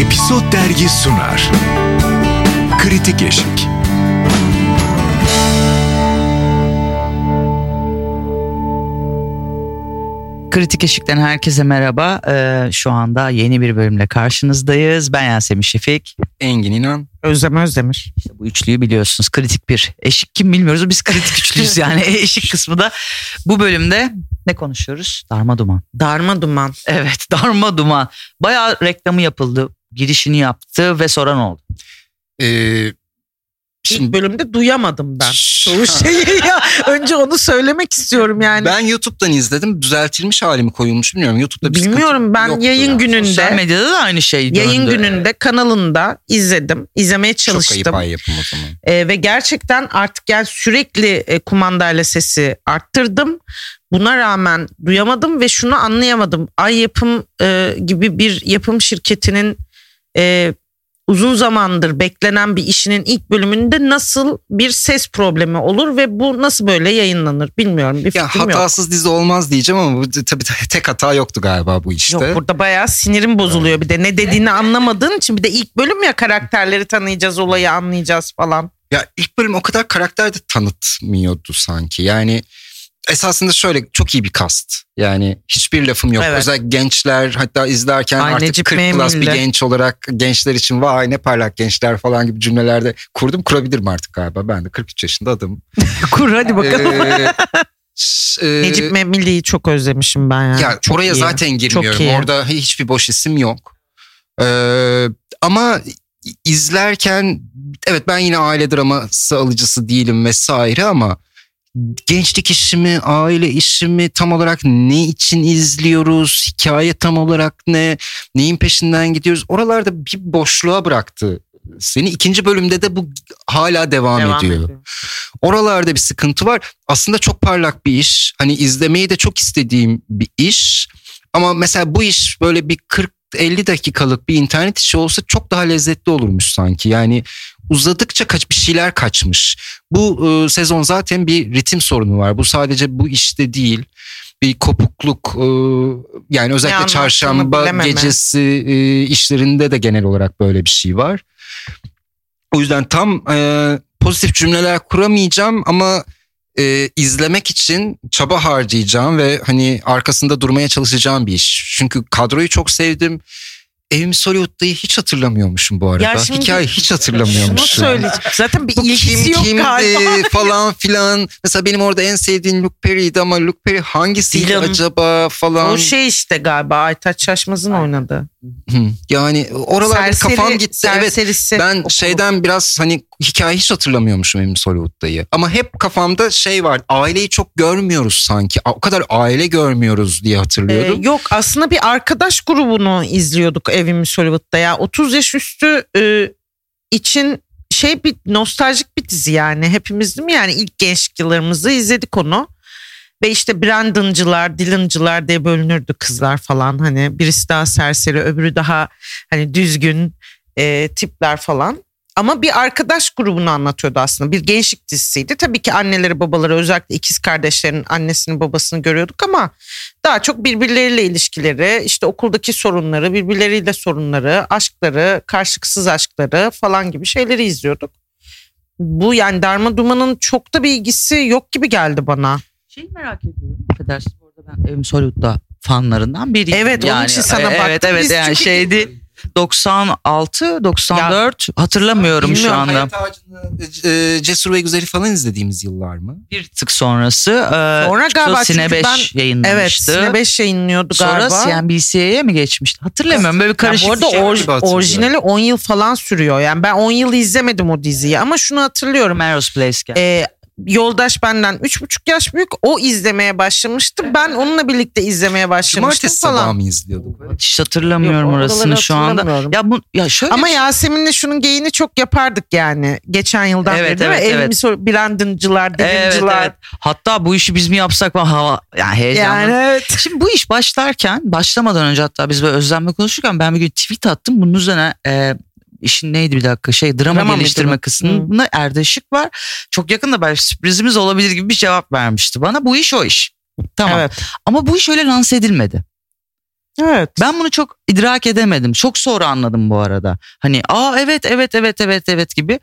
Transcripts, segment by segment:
Episod Dergi sunar. Kritik Eşik. Kritik Eşik'ten herkese merhaba. Şu anda yeni bir bölümle karşınızdayız. Ben Yasemin Şefik. Engin İnan. Özlem Özdemir. İşte bu üçlüyü biliyorsunuz. Kritik bir eşik kim bilmiyoruz. Biz kritik üçlüyüz yani. Eşik kısmı da bu bölümde ne konuşuyoruz? Darma duman. Darma duman. Evet, darma duman. Bayağı reklamı yapıldı. Girişini yaptı ve sonra ne oldu? İlk bölümde duyamadım ben çoğu şeyi ya. Önce onu söylemek istiyorum yani. Ben YouTube'dan izledim. Düzeltilmiş hali mi koyulmuş bilmiyorum. YouTube'da bir bilmiyorum, ben yayın ya. gününde. Sosyal medyada da aynı şey döndü. Yayın gününde kanalında izledim. İzlemeye çalıştım. Çok ayıp yapım o zaman. Ve gerçekten artık yani sürekli kumandayla sesi arttırdım. Buna rağmen duyamadım ve şunu anlayamadım. Ay Yapım gibi bir yapım şirketinin uzun zamandır beklenen bir işinin ilk bölümünde nasıl bir ses problemi olur ve bu nasıl böyle yayınlanır bilmiyorum. Bir fikrim yok. Hatasız dizi olmaz diyeceğim ama bu, tabii tek hata yoktu galiba bu işte. Yok, burada bayağı sinirim bozuluyor bir de ne dediğini anlamadığın için, bir de ilk bölüm ya, karakterleri tanıyacağız, olayı anlayacağız falan. Ya ilk bölüm o kadar karakter de tanıtmıyordu sanki. Yani esasında şöyle, çok iyi bir cast. Yani hiçbir lafım yok. Evet. Özellikle gençler, hatta izlerken Ay, artık Necip 40 plus bir Memil'le. genç olarak gençler için vay ne parlak gençler falan gibi cümlelerde kurabilirim artık galiba. Ben de 43 yaşında adamım. Kur hadi bakalım. Necip Necip Memilli'yi çok özlemişim ben yani. Ya çok oraya iyi. zaten girmiyorum. Çok iyi. Orada hiçbir boş isim yok. Ama izlerken evet, ben yine aile draması alıcısı değilim vesaire ama gençlik işimi, aile işimi tam olarak ne için izliyoruz? Hikaye tam olarak ne? Neyin peşinden gidiyoruz? Oralarda bir boşluğa bıraktı seni. İkinci bölümde de bu hala devam ediyor. Oralarda bir sıkıntı var. Aslında çok parlak bir iş. Hani izlemeyi de çok istediğim bir iş. Ama mesela bu iş böyle bir 40-50 dakikalık bir internet işi olsa çok daha lezzetli olurmuş sanki. Yani uzadıkça bir şeyler kaçmış. Bu sezon zaten bir ritim sorunu var. Bu sadece bu işte değil. Bir kopukluk, yani özellikle çarşamba gecesi işlerinde de genel olarak böyle bir şey var. O yüzden tam pozitif cümleler kuramayacağım ama izlemek için çaba harcayacağım ve hani arkasında durmaya çalışacağım bir iş. Çünkü kadroyu çok sevdim. Evimiz Hollywood'da'yı hiç hatırlamıyormuşum bu arada. Hikayeyi hiç hatırlamıyormuşum. Şunu söyleyeceğim. Zaten bir Bu ilgisi yok kimdi galiba. falan filan. Mesela benim orada en sevdiğim Luke Perry'ydi ama Luke Perry hangisiydi Dylan. acaba falan. O şey işte galiba Aytaç Şaşmaz'ın oynadığı. Yani oralarda kafam gitti. Serserisi. Evet, ben Okulu. şeyden biraz hani hikayeyi hiç hatırlamıyormuşum Evimiz Hollywood'da'yı. Ama hep kafamda şey var. Aileyi çok görmüyoruz sanki. O kadar aile görmüyoruz diye hatırlıyordum. Yok, aslında bir arkadaş grubunu izliyorduk Evimiz Hollywood'da ya. 30 yaş üstü için bir nostaljik bir dizi yani. Hepimiz değil mi yani, ilk gençlik yıllarımızda izledik onu. Ve işte Brandon'cılar, Dylan'cılar diye bölünürdü kızlar falan. Hani birisi daha serseri, öbürü daha hani düzgün tipler falan. Ama bir arkadaş grubunu anlatıyordu aslında. Bir gençlik dizisiydi. Tabii ki anneleri babaları, özellikle ikiz kardeşlerin annesini babasını görüyorduk ama daha çok birbirleriyle ilişkileri, işte okuldaki sorunları, birbirleriyle sorunları, aşkları, karşılıksız aşkları falan gibi şeyleri izliyorduk. Bu yani Darma Duman'ın çok da bir ilgisi yok gibi geldi bana. Şeyi merak ediyorum. Affedersin, bu arada ben Evimiz Hollywood'da fanlarından biriyim. Evet, onun için sana baktım. Evet Biz yani çünkü- şeydi 96, 94 hatırlamıyorum şu bilmiyorum, anda. Hayat Ağacı'nı, Cesur ve Güzel'i falan izlediğimiz yıllar mı? Bir tık sonrası Sonra galiba Sine çünkü 5 Evet, yayınlamıştı. Sine 5 yayınlıyordu Sonra galiba. CNBC'ye mi geçmişti? Hatırlamıyorum, böyle bir Ya karışık bu bir arada şey. gibi hatırlıyorum. orijinali 10 yıl falan sürüyor. Yani ben 10 yıl izlemedim o diziyi ama şunu hatırlıyorum. Melrose Place geldi. Yoldaş benden 3,5 yaş büyük. O izlemeye başlamıştı. Ben onunla birlikte izlemeye başlamıştım Cumartesi sabahı falan. mı izliyorduk? Hiç hatırlamıyorum Yok, orasını oraları şu anda. hatırlamıyorum. Ya şöyle Ama Yasemin'le şunun geyini çok yapardık yani. Geçen yıldan Evet, beri değil mi? evet, Evimiz Brandon'cılar, Dylan'cılar. Evet. Hatta bu işi biz mi yapsak falan, yani heyecanlı. Yani evet. Şimdi bu iş başlamadan önce hatta biz böyle Özlem'le konuşurken ben bir gün tweet attım. Bunun üzerine işin neydi bir dakika drama mıydı geliştirme bu? kısmında Erde Işık var. Çok yakında belki sürprizimiz olabilir gibi bir cevap vermişti bana. Bu iş o iş. Tamam. Evet. Ama bu iş öyle lanse edilmedi. Evet. Ben bunu çok idrak edemedim. Çok sonra anladım bu arada. Hani evet gibi.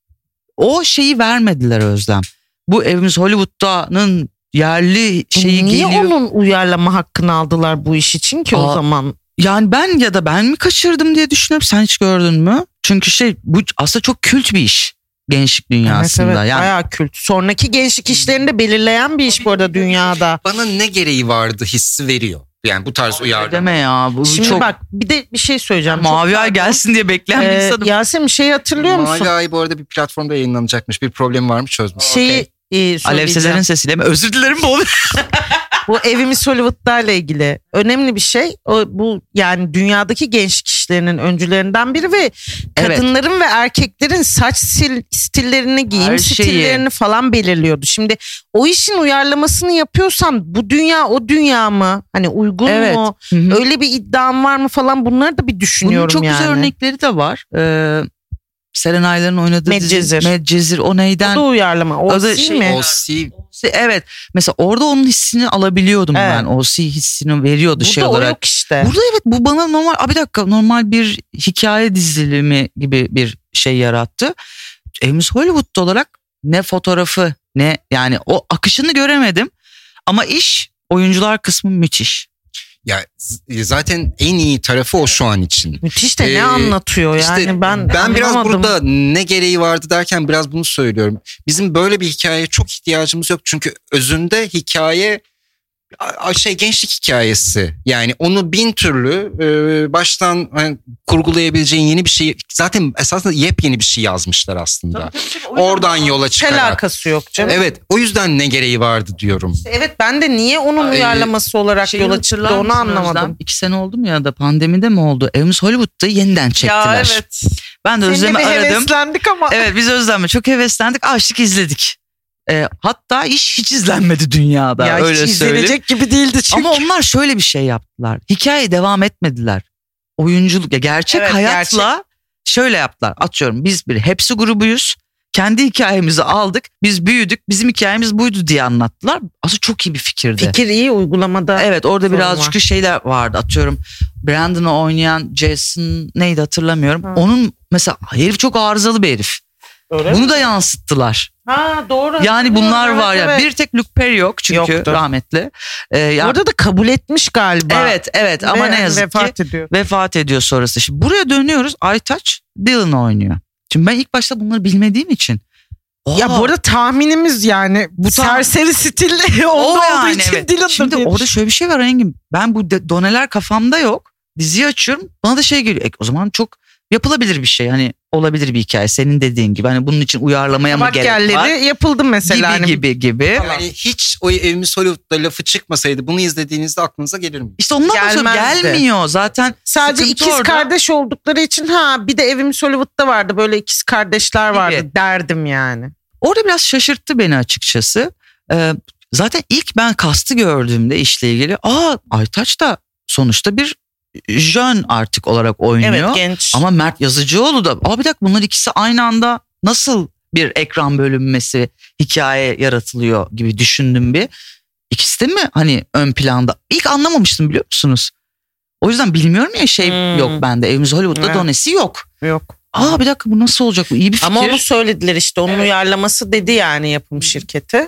O şeyi vermediler Özlem. Bu Evimiz Hollywood'danın yerli şeyi Niye geliyor. onun uyarlama hakkını aldılar bu iş için ki o zaman? Yani ben mi kaçırdım diye düşünüyorum. Sen hiç gördün mü? Çünkü bu aslında çok kült bir iş. Gençlik dünyasında. Evet, Yani bayağı kült. Sonraki gençlik işlerini de belirleyen bir iş bu arada dünyada. Bana ne gereği vardı hissi veriyor. Yani bu tarz uyarlama. deme ya. Bu Şimdi çok bak bir de bir şey söyleyeceğim. Mavi Ay gelsin diye bekleyen bir insanım. Yasemin hatırlıyor musun? Mavi Ay bu arada bir platformda yayınlanacakmış. Bir problem var mı çözmüş. Şeyi Alev söyleyeceğim. Sezer'in sesiyle mi? Özür dilerim bu olur. Bu Evimiz Hollywood'da ile ilgili önemli bir şey. Bu yani dünyadaki gençlik işlerinin öncülerinden biri ve Evet. kadınların ve erkeklerin saç stillerini, giyim Her şeyi. stillerini falan belirliyordu. Şimdi o işin uyarlamasını yapıyorsan bu dünya o dünya mı? Hani uygun Evet. mu? Hı hı. Öyle bir iddiam var mı falan, bunları da bir düşünüyorum Bunun çok yani. güzel örnekleri de var. Serenay'ların oynadığı Medcezir. Medcezir o O neyden? da uyarlama. O O da değil şey- mi? O.C. Evet. Mesela orada onun hissini alabiliyordum Evet. ben. O hissini veriyordu Burada şey o olarak. yok işte. Burada evet, bu bana normal bir dakika, normal bir hikaye dizilimi gibi bir şey yarattı. Evimiz Hollywood'da olarak ne fotoğrafı ne yani o akışını göremedim. Ama oyuncular kısmı müthiş. Ya zaten en iyi tarafı o şu an için. Müthiş de ne Ee, anlatıyor yani İşte ben biraz anlamadım. burada ne gereği vardı derken biraz bunu söylüyorum. Bizim böyle bir hikayeye çok ihtiyacımız yok. Çünkü özünde hikaye gençlik hikayesi. Yani onu bin türlü baştan kurgulayabileceğin yeni bir şey. Zaten esasında yepyeni bir şey yazmışlar aslında. Oradan yola çıkarak. alakası yok canım. Evet, o yüzden ne gereği vardı diyorum. Evet, ben de niye onun uyarlaması olarak yola çıktı onu anlamadım. 2 sene oldu mu ya da pandemide mi oldu? Evimiz Hollywood'da yeniden çektiler. Ben de Özlem'i Seninle bir aradım. heveslendik ama. Evet, biz Özlem'le çok heveslendik. Açtık, izledik. Hatta hiç izlenmedi dünyada. Ya öyle hiç söyleyeyim. izlenecek gibi değildi çünkü. Ama onlar şöyle bir şey yaptılar. Hikaye devam etmediler. Oyunculuk, gerçek Evet, hayatla şöyle yaptılar. Atıyorum, biz bir hepsi grubuyuz. Kendi hikayemizi aldık. Biz büyüdük. Bizim hikayemiz buydu diye anlattılar. Aslında çok iyi bir fikirdi. Fikir iyi, uygulamada. Evet, orada sorun birazcık var. şeyler vardı. Atıyorum, Brandon'ı oynayan Jason neydi hatırlamıyorum. Ha. Onun mesela herif çok arızalı bir herif. Öyle Bunu mi? da yansıttılar. Ha doğru. Yani bunlar Evet, var ya. evet. Bir tek Luke Perry yok çünkü Yoktu. rahmetli. Ya, Orada da kabul etmiş galiba. evet ama ne yazık vefat ki ediyor. vefat ediyor sonrası. Şimdi buraya dönüyoruz. Aytaç Dylan'ı oynuyor. Şimdi ben ilk başta bunları bilmediğim için. Ya bu arada tahminimiz yani bu serseri stilli olduğu için evet. Dylan'dır Şimdi diye orada şöyle bir şey var Engin. Ben bu doneler kafamda yok. Diziyi açıyorum. Bana da şey geliyor. O zaman çok yapılabilir bir şey. Hani olabilir bir hikaye. Senin dediğin gibi. Hani bunun için uyarlamaya mı Bak gerek var? yerleri yapıldı mesela. Gibi. Yani hiç o Evimiz Hollywood'da lafı çıkmasaydı bunu izlediğinizde aklınıza gelir mi? İşte ondan sonra Gelmezdi. gelmiyor. Zaten Sadece sıkıntı ikiz orada. kardeş oldukları için bir de Evimiz Hollywood'da vardı, böyle ikiz kardeşler vardı Gibi. derdim yani. Orada biraz şaşırttı beni açıkçası. Zaten ilk ben kastı gördüğümde işle ilgili Aytaç da sonuçta bir jön artık olarak oynuyor. Evet, genç. Ama Mert Yazıcıoğlu da bir dakika, bunlar ikisi aynı anda nasıl bir ekran bölünmesi, hikaye yaratılıyor gibi düşündüm bir. İkisi de mi hani ön planda? İlk anlamamıştım, biliyor musunuz? O yüzden bilmiyorum ya yok bende. Evimiz Hollywood'da Evet. donesi yok. Yok. Bir dakika, bu nasıl olacak? Bu iyi bir fikir. Ama onu söylediler işte, onun uyarlaması dedi yani yapım şirketi.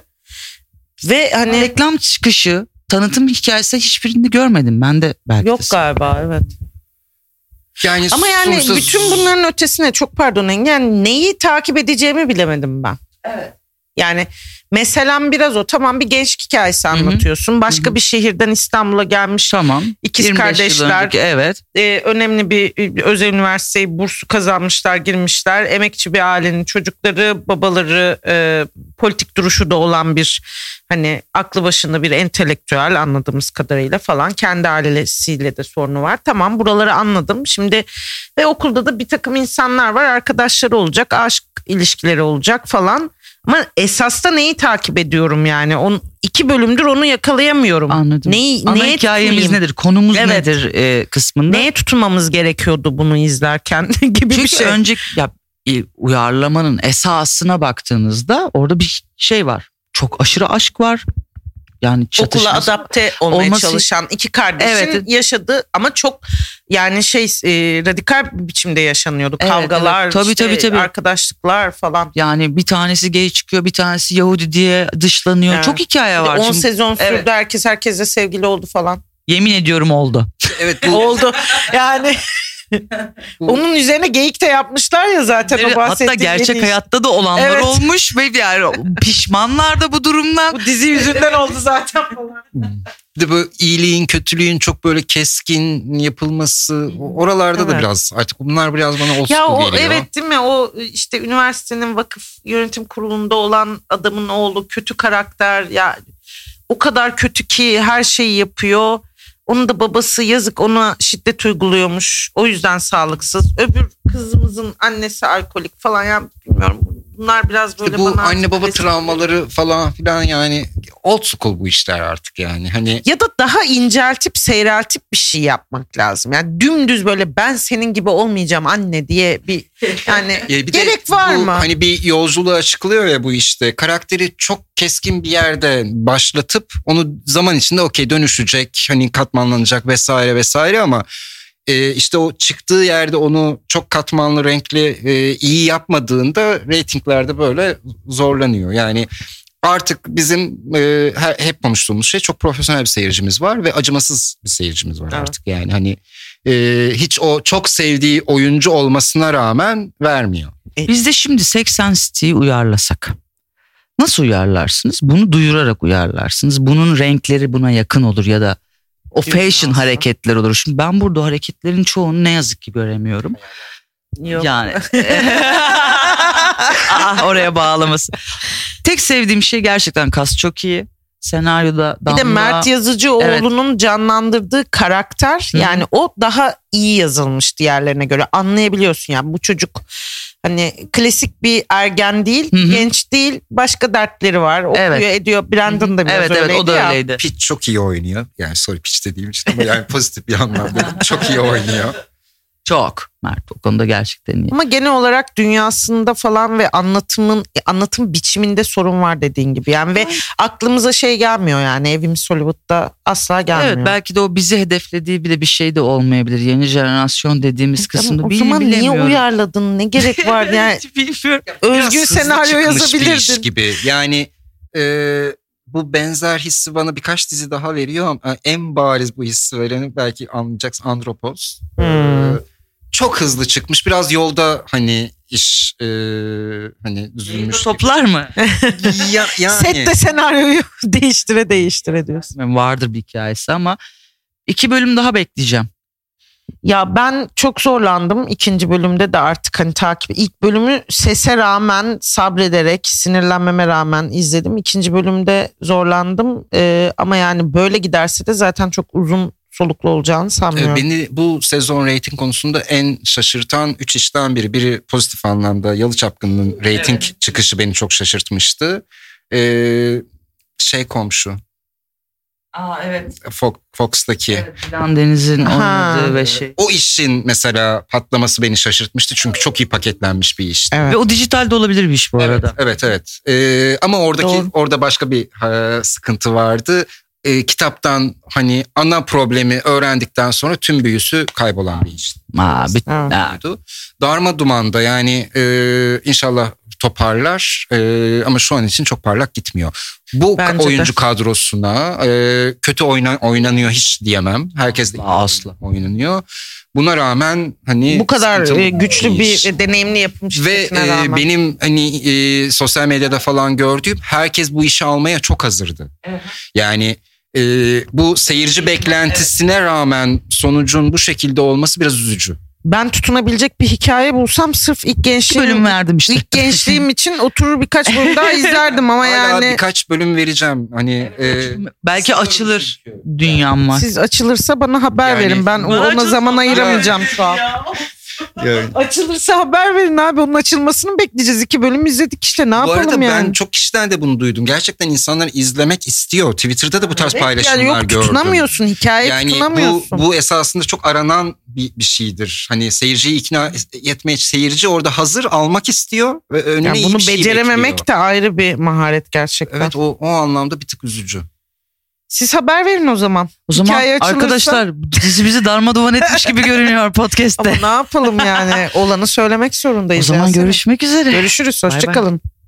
Ve hani reklam çıkışı, tanıtım hikayesi hiçbirini görmedim. Ben de belki yok de. galiba, evet. Yani Ama yani sonuçta- bütün bunların ötesine, çok pardon Engin, yani neyi takip edeceğimi bilemedim ben. Evet. Yani mesela biraz o, tamam, bir gençlik hikayesi anlatıyorsun. Başka bir şehirden İstanbul'a gelmiş Tamam. İkiz 25 yıl kardeşler. önceki, evet. Önemli bir özel üniversiteyi bursu kazanmışlar, girmişler. Emekçi bir ailenin çocukları, babaları politik duruşu da olan bir, hani aklı başında bir entelektüel anladığımız kadarıyla falan. Kendi ailesiyle de sorunu var. Tamam, buraları anladım. Şimdi ve okulda da bir takım insanlar var, arkadaşları olacak, aşk ilişkileri olacak falan. Ama esasda neyi takip ediyorum yani? 2 bölümdür onu yakalayamıyorum. Anladım. Ana neye hikayemiz tutunayım? nedir? Konumuz Evet. nedir kısmında? Neye tutunmamız gerekiyordu bunu izlerken gibi bir Çünkü şey. önceki uyarlamanın esasına baktığınızda orada bir şey var. Çok aşırı aşk var. yani çatışması. Okula adapte olmaya olması- çalışan iki kardeşin Evet. yaşadığı ama çok yani radikal bir biçimde yaşanıyordu. Evet, Kavgalar, evet. Tabii, işte tabii. arkadaşlıklar falan. Yani bir tanesi gay çıkıyor, bir tanesi Yahudi diye dışlanıyor. Evet. Çok hikaye Bir de var. 10 Şimdi, sezon sürdü, Evet. herkesle sevgili oldu falan. yemin ediyorum oldu. Evet bu Oldu yani. Onun üzerine geyik de yapmışlar ya zaten Evet, o bahsettiğim. hatta gerçek yeni- hayatta da olanlar Evet. olmuş ve yani pişmanlar da bu durumdan. Bu dizi yüzünden oldu zaten falan. de bu iyiliğin kötülüğün çok böyle keskin yapılması oralarda da Evet. biraz artık bunlar biraz bana old Ya school o geliyor. evet değil mi? O işte üniversitenin vakıf yönetim kurulunda olan adamın oğlu kötü karakter ya o kadar kötü ki her şeyi yapıyor. Onun da babası yazık ona şiddet uyguluyormuş. O yüzden sağlıksız. Öbür kızımızın annesi alkolik falan ya bilmiyorum. Bunlar biraz böyle İşte bu bana anne baba klasik travmaları falan filan yani old school bu işler artık yani. Hani ya da daha inceltip seyreltip bir şey yapmak lazım. Yani dümdüz böyle ben senin gibi olmayacağım anne diye bir yani bir de gerek var bu mı? Hani bir yolculuğu açıklıyor ya bu işte. Karakteri çok keskin bir yerde başlatıp onu zaman içinde okey dönüşecek. Hani katmanlanacak vesaire vesaire ama işte o çıktığı yerde onu çok katmanlı, renkli, iyi yapmadığında reytinglerde böyle zorlanıyor. Yani artık bizim hep konuştuğumuz şey çok profesyonel bir seyircimiz var ve acımasız bir seyircimiz var Evet. artık. Yani hani hiç o çok sevdiği oyuncu olmasına rağmen vermiyor. Biz de şimdi Sex and the City'yi uyarlasak. Nasıl uyarlarsınız? Bunu duyurarak uyarlarsınız. Bunun renkleri buna yakın olur ya da o Dünyası. fashion hareketler olur. Şimdi ben burada o hareketlerin çoğunu ne yazık ki göremiyorum. Yok. Yani oraya bağlaması. Tek sevdiğim şey gerçekten kas çok iyi. Senaryoda Bir de Mert Yazıcıoğlu'nun canlandırdığı karakter Hı. yani o daha iyi yazılmış diğerlerine göre. Anlayabiliyorsun yani bu çocuk hani klasik bir ergen değil, Hı hı. genç değil, başka dertleri var. Okuyor, Evet. ediyor. Brandon da biraz Evet öyleydi o da ya. öyleydi. Pitch çok iyi oynuyor. Yani sorry Pitch dediğim için ama yani pozitif bir anlamda çok iyi oynuyor. Çok. Mert o konuda gerçekten iyi. Ama genel olarak dünyasında falan ve anlatım biçiminde sorun var dediğin gibi. Yani ve aklımıza şey gelmiyor yani Evimiz Hollywood'da asla gelmiyor. Evet belki de o bizi hedeflediği bir şey de olmayabilir. Yeni jenerasyon dediğimiz kısımda o zaman niye bilemiyorum. uyarladın? Ne gerek var yani? Bilmiyorum. Özgün Biraz hızlı senaryo çıkmış bir iş yazabilirdin. gibi. Yani bu benzer hissi bana birkaç dizi daha veriyor ama en bariz bu hissi vereni belki anlayacaksın Andropos. Çok hızlı çıkmış. Biraz yolda hani iş hani düzülmüş. Toplar mı? Yani. Sette senaryoyu değiştire diyorsun. Vardır bir hikayesi ama 2 bölüm daha bekleyeceğim. Ya ben çok zorlandım ikinci bölümde de artık hani ilk bölümü sese rağmen sabrederek sinirlenmeme rağmen izledim. İkinci bölümde zorlandım ama yani böyle giderse de zaten çok uzun soluklu olacağını sanmıyorum. Beni bu sezon reyting konusunda en şaşırtan 3 işten biri. Biri pozitif anlamda Yalı Çapkını'nın reyting çıkışı beni çok şaşırtmıştı. Komşu. Evet. Fox'taki. Dilan Deniz'in Ha. oynadığı ve şey. O işin mesela patlaması beni şaşırtmıştı. Çünkü çok iyi paketlenmiş bir işti. Evet. Ve o dijitalde olabilir bir iş bu arada. Evet. Ama Doğru. orada başka bir sıkıntı vardı. Kitaptan hani ana problemi öğrendikten sonra tüm büyüsü kaybolan bir iş. Evet. Darma dumanda yani inşallah toparlar ama şu an için çok parlak gitmiyor. Bu Bence de. oyuncu kadrosuna kötü oynanıyor hiç diyemem. Herkes de Asla. oynanıyor. Buna rağmen hani Bu kadar sıkıntılı güçlü iş. bir deneyimli yapım Ve şirketine rağmen. benim hani sosyal medyada falan gördüğüm herkes bu işi almaya çok hazırdı. Evet. Yani bu seyirci beklentisine rağmen sonucun bu şekilde olması biraz üzücü. Ben tutunabilecek bir hikaye bulsam sırf ilk 2 gençliğim bölüm verdim işte. İlk gençliğim için oturur birkaç bölüm daha izlerdim ama Hala yani birkaç bölüm vereceğim. Hani Belki açılır dünyam var. siz açılırsa bana haber Yani- verin. Ben Bana ona açılsın, zaman ayıramayacağım şu an. yani. Açılırsa haber verin abi. Onun açılmasını bekleyeceğiz. 2 bölüm izledik işte. Ne Bu arada yapalım yani? ben çok kişiden de bunu duydum. Gerçekten insanlar izlemek istiyor. Twitter'da da bu tarz paylaşımlar yani yok gördüm. tutunamıyorsun. Hikaye Yani tutunamıyorsun. bu esasında çok aranan bir şeydir. Hani seyirciyi ikna etmeye seyirci orada hazır almak istiyor ve önüne Yani iyi bunu bir şey becerememek bekliyor. de ayrı bir maharet gerçekten. Evet o anlamda bir tık üzücü. Siz haber verin o zaman. O zaman Hikaye açılırsa- arkadaşlar dizi bizi darmadağın etmiş gibi görünüyor podcast'te. Ama ne yapalım yani? Olanı söylemek O zorundayız. zaman Yasemin. görüşmek üzere. Görüşürüz. Bay bay. Hoşçakalın.